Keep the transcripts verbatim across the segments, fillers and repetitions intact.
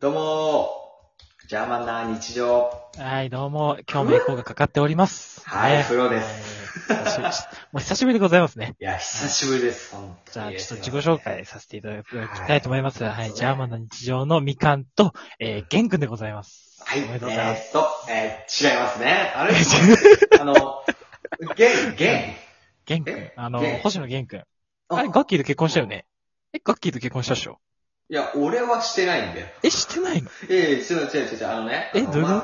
どうもー、ジャーマンな日常。 はい、どうも、今日もエコーがかかっております。 はい、 ね風呂です。 えー久しぶりもう久しぶりでございますね。 いや、久しぶりです、本じゃあ、 当に。 ちょっと自己紹介させていただきたいと思います。はい、はい、ジャーマンの日常のみかんと、えー、ゲン君でございます。 はい、 おめでとうございます。 えー、っと、えー、違いますね。あれあの、ゲン、ゲン。 ゲン君。あの、星野ゲン君。あれ、 あガッキーと結婚したよね。え、ガッキーと結婚したっしょ。 いや、俺はしてないんだよ。 え、してないの？ ええ、違う違う違う、あのね。 え、どういうこと？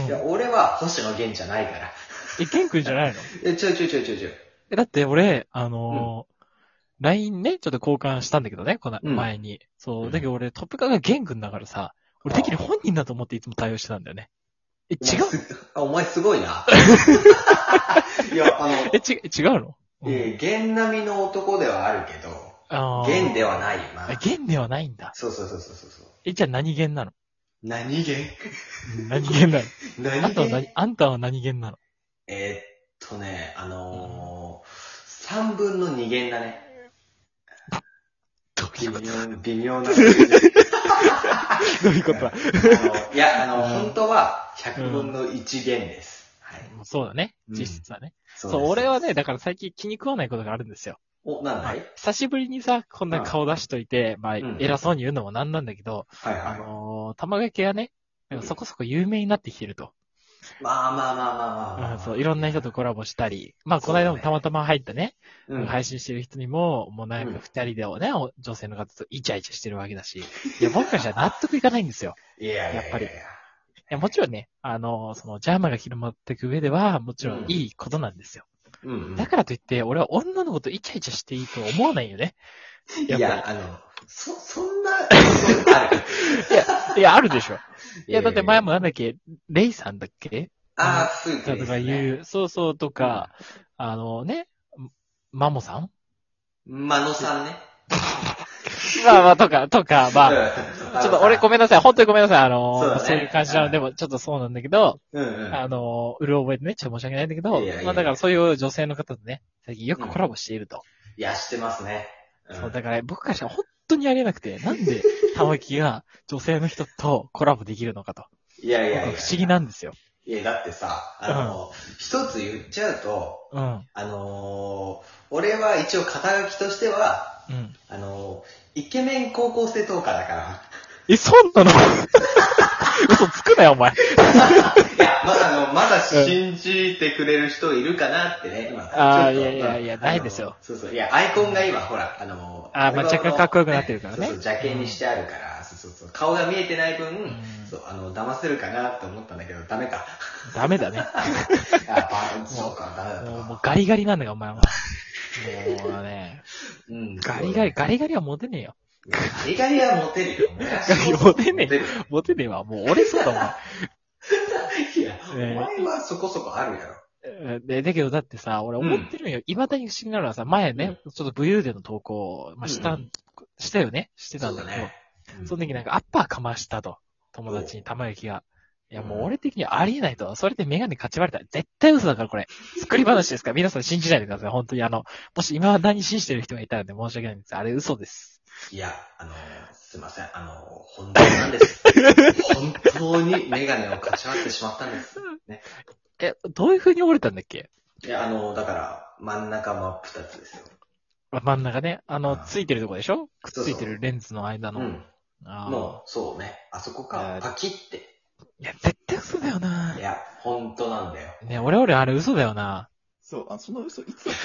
いや、俺は星野源じゃないから。 え、ゲン君じゃないの？ え、違う違う違う違う違う。 え、だって俺、あのー、ライン ね、ちょっと交換したんだけどね、この前に。うん、そう、だけど俺トップカーがゲン君だからさ、俺てっきり本人だと思っていつも対応してたんだよね。え、違うあ、お前すごいな。いや、あの、 え、ち、違うの？ えー、ゲン並みの男ではあるけど、ゲンではないよな。 ゲンではないんだ。 そうそうそうそうそう。 え、じゃあ何ゲンなの？ 何ゲン何ゲンなの？ 何あんたは何、あんたは何ゲンなの？ えー、っとね、あのー、三分の二ゲンだね。 どういうこと？ 微妙、微妙な。 どういうことだ？ いや、あの、本当は百分の一ゲンです。 はい。そうだね。実質はね。 うん、 そう、俺はね、だから最近気に食わないことがあるんですよ。 お、なんだい？ 久しぶりにさ、こんな顔出しといて、まあ、偉そうに言うのもなんなんだけど、 はいはい。 あのー、玉垣がね、そこそこ有名になってきてると。 まあまあまあまあまあ。 うん、そう、いろんな人とコラボしたり、まあ、この間もたまたま入ったね、配信してる人にも、もうなんか二人でね、女性の方とイチャイチャしてるわけだし、いや、僕たちは納得いかないんですよ。 いやいやいや。 やっぱり。いや、もちろんね、あの、その、ジャーマンが広まっていく上では、もちろんいいことなんですよ。うんうん、だからといって、俺は女の子とイチャイチャしていいと思わないよね。 いや、あの、そ、そんな、あるいや、いや、あるでしょ。いや、だって前もなんだっけ、レイさんだっけ？ ああ、そういうこととか言う、そうそうとか、うん、あのね、マモさんマノさんね。 まあまあ、とか、とか、まあ、ちょっと俺ごめんなさい、本当にごめんなさい、あの、そう、ね、そういう感じなのでも、ちょっとそうなんだけど、うんうん、あの、うる覚えでね、ちょっと申し訳ないんだけど、いやいやまあだからそういう女性の方とね、最近よくコラボしていると。うん、 いや、してますね。 うん、そう、だから僕からしたら本当にありえなくて、なんで、玉木が女性の人とコラボできるのかと。 いやいやいや。 僕は不思議なんですよ。 いや、だってさ、あの、一、うん、つ言っちゃうと、うん、あのー、俺は一応肩書きとしては、うん、あのー、イケメン高校生トーカーだから。 え、そうなの？嘘つくなよ、お前。 いや、まだ、あの、まだ信じてくれる人いるかなってね、今。 ああ、いやいやいや、ないですよ。 そうそう。いや、アイコンが今、ほら、あの、 ああ、まあ、若干かっこよくなってるからね。 そうそう、邪険にしてあるから、そうそうそう。顔が見えてない分、うん、そう、あの、騙せるかなって思ったんだけど、ダメか。 ダメだね。 ああ、そうか、ダメだもう、もうガリガリなんだよ、お前は。もうね、うん、ガリガリ、ガリガリはモテねえよ。 ガリガリはモテるよ。 ガリモテねえ。モテねえわ。もう折れそうだ、お前。 いや、お前はそこそこあるやろ。 で、だけどだってさ、俺思ってるんよ。未だに不思議なのはさ、前ね、ちょっと武勇伝の投稿、まあ、した、したよねしてたんだけど、その時なんかアッパーかましたと。友達に玉雪が。いや、もう俺的にありえないと。それでメガネかち割れたら絶対嘘だから、これ。作り話ですから、皆さん信じないでください。本当にあの、もし未だに信じてる人がいたらね、申し訳ないんです。あれ嘘です。 いや、あの、すいません。あの、本当なんです。本当にメガネをかち割ってしまったんです。ね、 え、どういう風に折れたんだっけ？ いや、あの、だから、真ん中真っ二つですよ。 真ん中ね。あの、ついてるとこでしょ？くっついてるレンズの間の。 うん。あもう、そうね。あそこか、パキって。 いや、絶対嘘だよな。 いや、本当なんだよ。 ね、俺俺あれ嘘だよな。 そう、あ、その嘘いつだ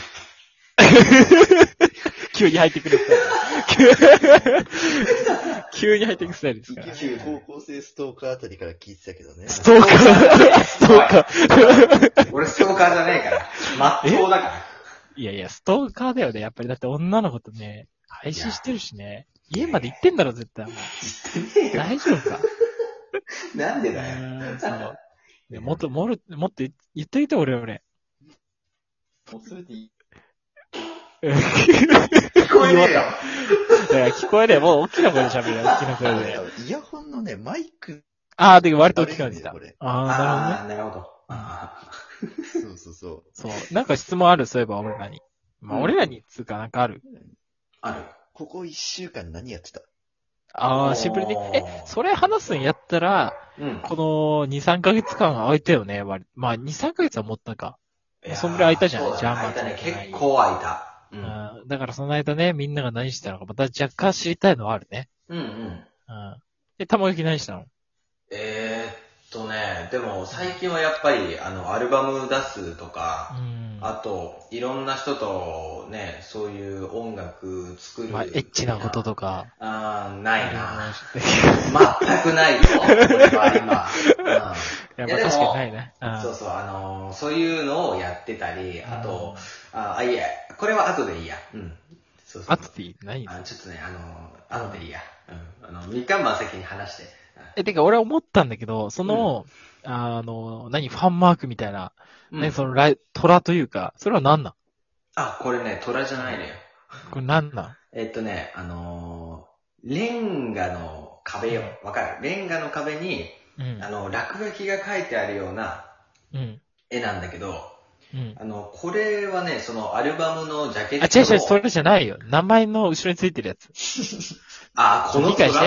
急に入ってくるスタイル。急に入ってくるスタイルですから。 高校生ストーカーあたりから聞いてたけどね。 ストーカーストーカー俺ストーカーじゃねえから。まっとうだから。 いやいや、ストーカーだよね。やっぱりだって女の子とね、配信してるしね。家まで行ってんだろ、絶対。大丈夫か。 なんでだよ。 そう。もっと、もっと、もっと言っといて、俺、俺。 もうそれでいい。 聞こえねえよ。 だから聞こえねえ。もう大きな声で喋るよ。大きな声で。 イヤホンのね、マイク。 ああ、で、割と大きくなってきた。 ああ、なるほど。 ああ、そうそうそう。 そう。なんか質問ある、そういえば俺らに。まあ、俺らにつうかなんかある。 ある。 ここ一週間何やってた？ ああ、シンプルに。え、それ話すんやったら、 うん。 このに、さんかげつかん空いたよね、割まあ、に、さんかげつは持ったか。そんぐらい空いたじゃない、ジャーマン空いたね。結構空いた。 うん。だからその間ね、みんなが何してたのか、また若干知りたいのはあるね。 うんうん。 うん。で、玉木何したの？ えーっとね、でも最近はやっぱり、あの、アルバム出すとか、うん、あと、いろんな人とね、そういう音楽作る。 まあ、エッチなこととか。 あー、ないな。全くないと、俺は今。うん、 いや、まあ確かにないね。 そうそう、あのー、そういうのをやってたり、あと、あ、いや、これは後でいいや。うん。 そうそう。後でいい何あちょっとね、あのー、後でいいや。うん。あの、みかんまん先に話して。 え、てか俺は思ったんだけど、その、うん、あの、何、ファンマークみたいな、うん、ね、そのライ、虎というか、それは何なん？ あ、これね、虎じゃないのよ。 これ何なん？ えっとね、あのー、レンガの壁よ。わかる？レンガの壁に、うん、あの、落書きが書いてあるような、絵なんだけど、うん、あの、これはね、そのアルバムのジャケット。 あ、違う違う、それじゃないよ。名前の後ろについてるやつ。 あ、この理解して。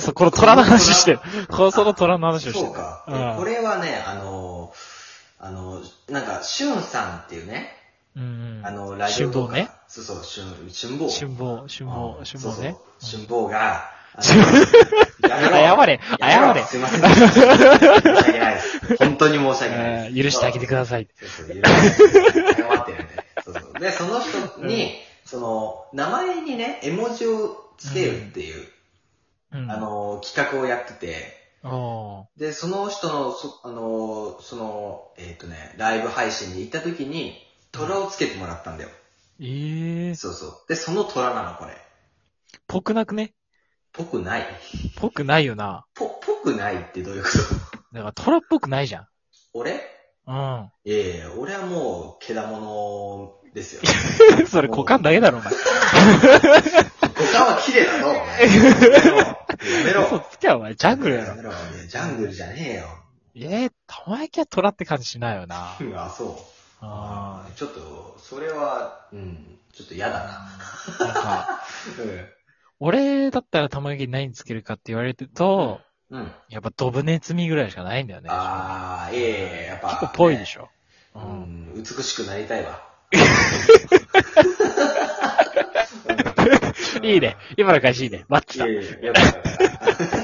そう、この虎の話してる。このその虎の話をしてる。 そうか。うん、これはね、あの、あの、なんか、シュンさんっていうね、 うん、 あの、ラジオとか。 ね。 そうそう、春、春坊。 春坊、春坊、春坊ね。 春坊が、 謝れ、謝れ。 すいません。申し訳ないです。本当に申し訳ないです。 許してあげてください。 そうそう、許して謝ってるんで。そうそう。で、その人に、その、名前にね、絵文字をつけるっていう、あの、企画をやってて、で、その人の、そあの、その、えっとね、ライブ配信に行った時に、虎をつけてもらったんだよ。 ええー。 そうそう。で、その虎なの、これ。 ぽくなくね？ ぽくない。 ぽくないよな。 ぽ、ぽくないってどういうこと？ だから虎っぽくないじゃん。 俺？ うん。 ええー、俺はもう、けだものですよ。 それ股間だけだろ、お前。 股間は綺麗だぞ、お前。やめろ。 嘘つけよ、お前。ジャングルやろ。 やめろ。ジャングルじゃねえよ。 えー、玉焼きは虎って感じしないよな。 あ、そう。ああ、ちょっと、それは、うん、ちょっと嫌だな。 なんか、うん、俺だったら玉焼き何つけるかって言われると、うん、やっぱドブネツミぐらいしかないんだよね。 ああ、ええー、やっぱ、ね。 結構ぽいでしょ。 うん、美しくなりたいわ。 いいね。今の返しいいね。待ってた。 いやいや、よかった。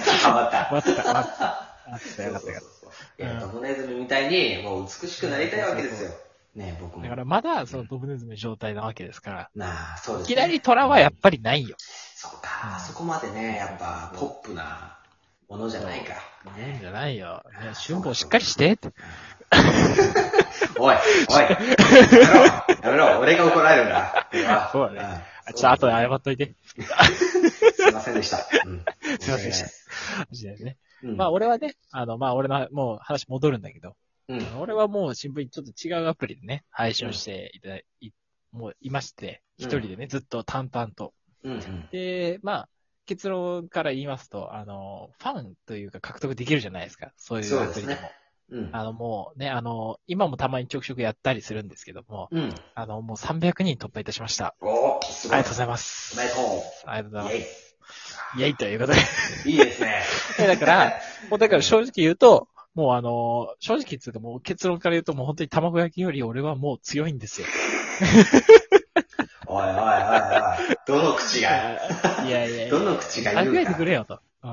ハマった。 待ってた、待ってた。待ってた、よかったよかった。 いや、ドブネズミみたいに、もう美しくなりたいわけですよ。ね、僕も。 だからまだ、そのドブネズミの状態なわけですから。 なあ、そうですね。いきなり虎はやっぱりないよ。 そうか、そこまでね、やっぱ、ポップなものじゃないか。 ね、じゃないよ。ね、春坊しっかりしてって。 おい、おい、やめろ、やめろ、俺が怒られるんだ。 そうだね。ちょっと後で謝っといて。 すいませんでした。うん、 すいませんでした。ねうん、まあ俺はね、あの、まあ俺の、もう話戻るんだけど、うん、俺はもう新聞にちょっと違うアプリでね、配信をしていただい、もういまして、一人でね、ずっと淡々と。うんうん、で、まあ、結論から言いますと、あの、ファンというか獲得できるじゃないですか。そういうアプリでも。うん、あの、もうね、あの、今もたまにちょくちょくやったりするんですけども、うん、あの、もうさんびゃくにん突破いたしました。 おー、すごい。 ありがとうございます。 おめでとう。 ありがとうございます。イェイ。イェイということで。 いいですね。 だから、もうだから正直言うと、もうあの、正直言うともう結論から言うともう本当に卵焼きより俺はもう強いんですよ。 おいおいおいおい。どの口が。 いやいやいや。 どの口が言うか。 考えてくれよと。うん。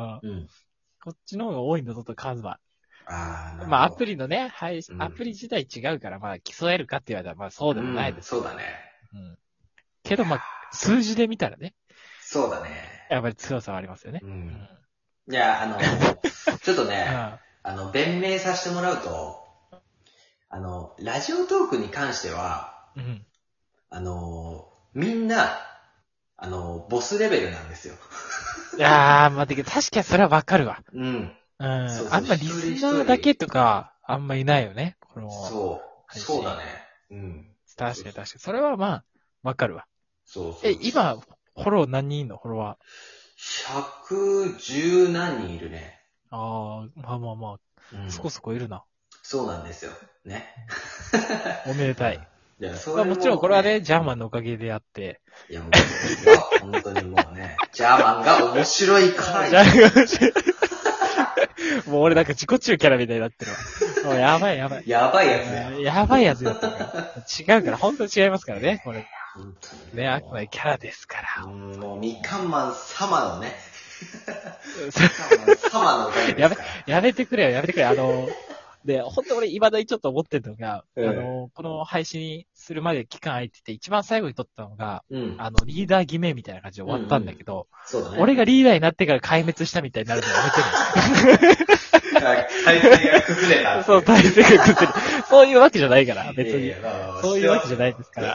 こっちの方が多いんだぞと数は。ああ、まあアプリのね、はい、アプリ自体違うから、まあ競えるかって言われたらまあそうでもないです、 うん。そうだね。 うん。けどまあ、数字で見たらね。 そうだね。 やっぱり強さはありますよね。 うん。いや、あの、ちょっとね、うん、あの、弁明させてもらうと、あの、ラジオトークに関しては、うん、あの、みんな、あの、ボスレベルなんですよ。 いやー、まあ、確かにそれはわかるわ。 うん。 うん。そうそうあんまリスナーだけとか、あんまいないよね。このそう。そうだね。うん。 確かに確かに。それはまあ、わかるわ。 そうそうそう。 え、今、フォロー何人いんのフォロワー。 ひゃくじゅう何人いるね。 ああ、まあまあまあ、うん、そこそこいるな。 そうなんですよ。ね。 おめでたい。 いや、そまあもちろんこれはね、ジャーマンのおかげであって。 いや、もうですよ。本当にもうね、ジャーマンが面白いから。 ジャーマンが面白い。もう俺なんか自己中キャラみたいになってるわ。もうやばいやばい。 やばいやつだよ。 やばいやつだったから。違うから、本当に違いますからね、これ。 本当にね、あくまでキャラですから。 うん、もうみかんマン様のね。みかんマン様のおかげですから。 やめ、やめてくれよ、やめてくれ。あの、で、本当俺未だにちょっと思ってるのが、うん、あの、この配信するまで期間空いてて、一番最後に撮ったのが、うん、あの、リーダー決めみたいな感じで終わったんだけど、うんうんそうだね、俺がリーダーになってから壊滅したみたいになるのやめてね。 体勢が崩れた。 そう、体勢が崩れた。そういうわけじゃないから、別に。いやいやまあまあそういうわけじゃないですから。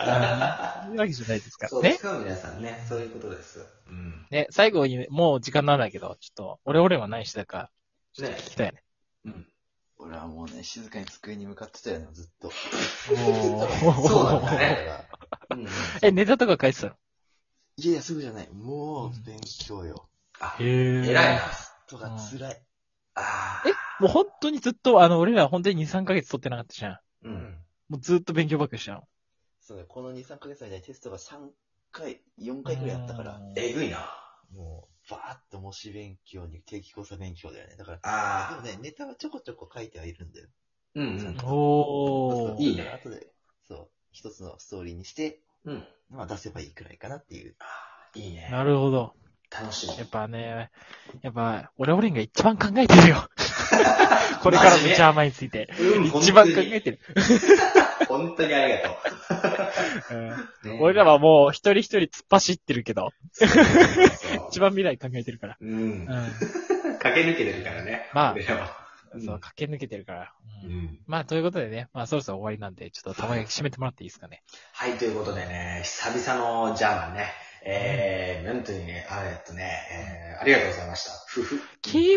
そういうわけじゃないですから。ね。 そうですか、皆さんね。そういうことです。 うん。ね、最後に、もう時間なんだけど、ちょっと、俺俺は何してたか、ちょっと聞きたいね。 うん。俺はもうね、静かに机に向かってたよね、ずっと。 そうなんだね。 え、ネタとか書いてたの？ いやいや、すぐじゃない。もう、勉強よ。 あ、へぇー。偉いな。 とか辛い。 あえ、もう本当にずっと、あの、俺ら本当にに、さんかげつ取ってなかったじゃん。うん。もうずっと勉強ばっかりしたの。 そうね、このに、さんかげつの間にテストがさんかい、よんかいくらいあったから。 えぐいな。 もう、バーっと模試勉強に定期考査勉強だよね。だから、ああ。でもね、ネタはちょこちょこ書いてはいるんだよ。 うんうん。 おー。 いいね。 後で、そう、一つのストーリーにして、うん。まあ出せばいいくらいかなっていう。 ああ、いいね。 なるほど。 楽しみ。 やっぱね、やっぱ、俺俺が一番考えてるよ。これからのジャーマンについて。うん、一番考えてる。 本当にありがとう。うん、俺らはもう一人一人突っ走ってるけど。そうそうそう一番未来考えてるから。うん。うん、 駆け抜けてるからね。 まあ、そう、駆け抜けてるから。うん。うん、まあ、ということでね、まあ、そろそろ終わりなんで、ちょっと玉焼き締めてもらっていいですかね。 はい、ということでね、久々のジャーマンね。えー、本当にね、あえっとね、えー、ありがとうございました。ふふ。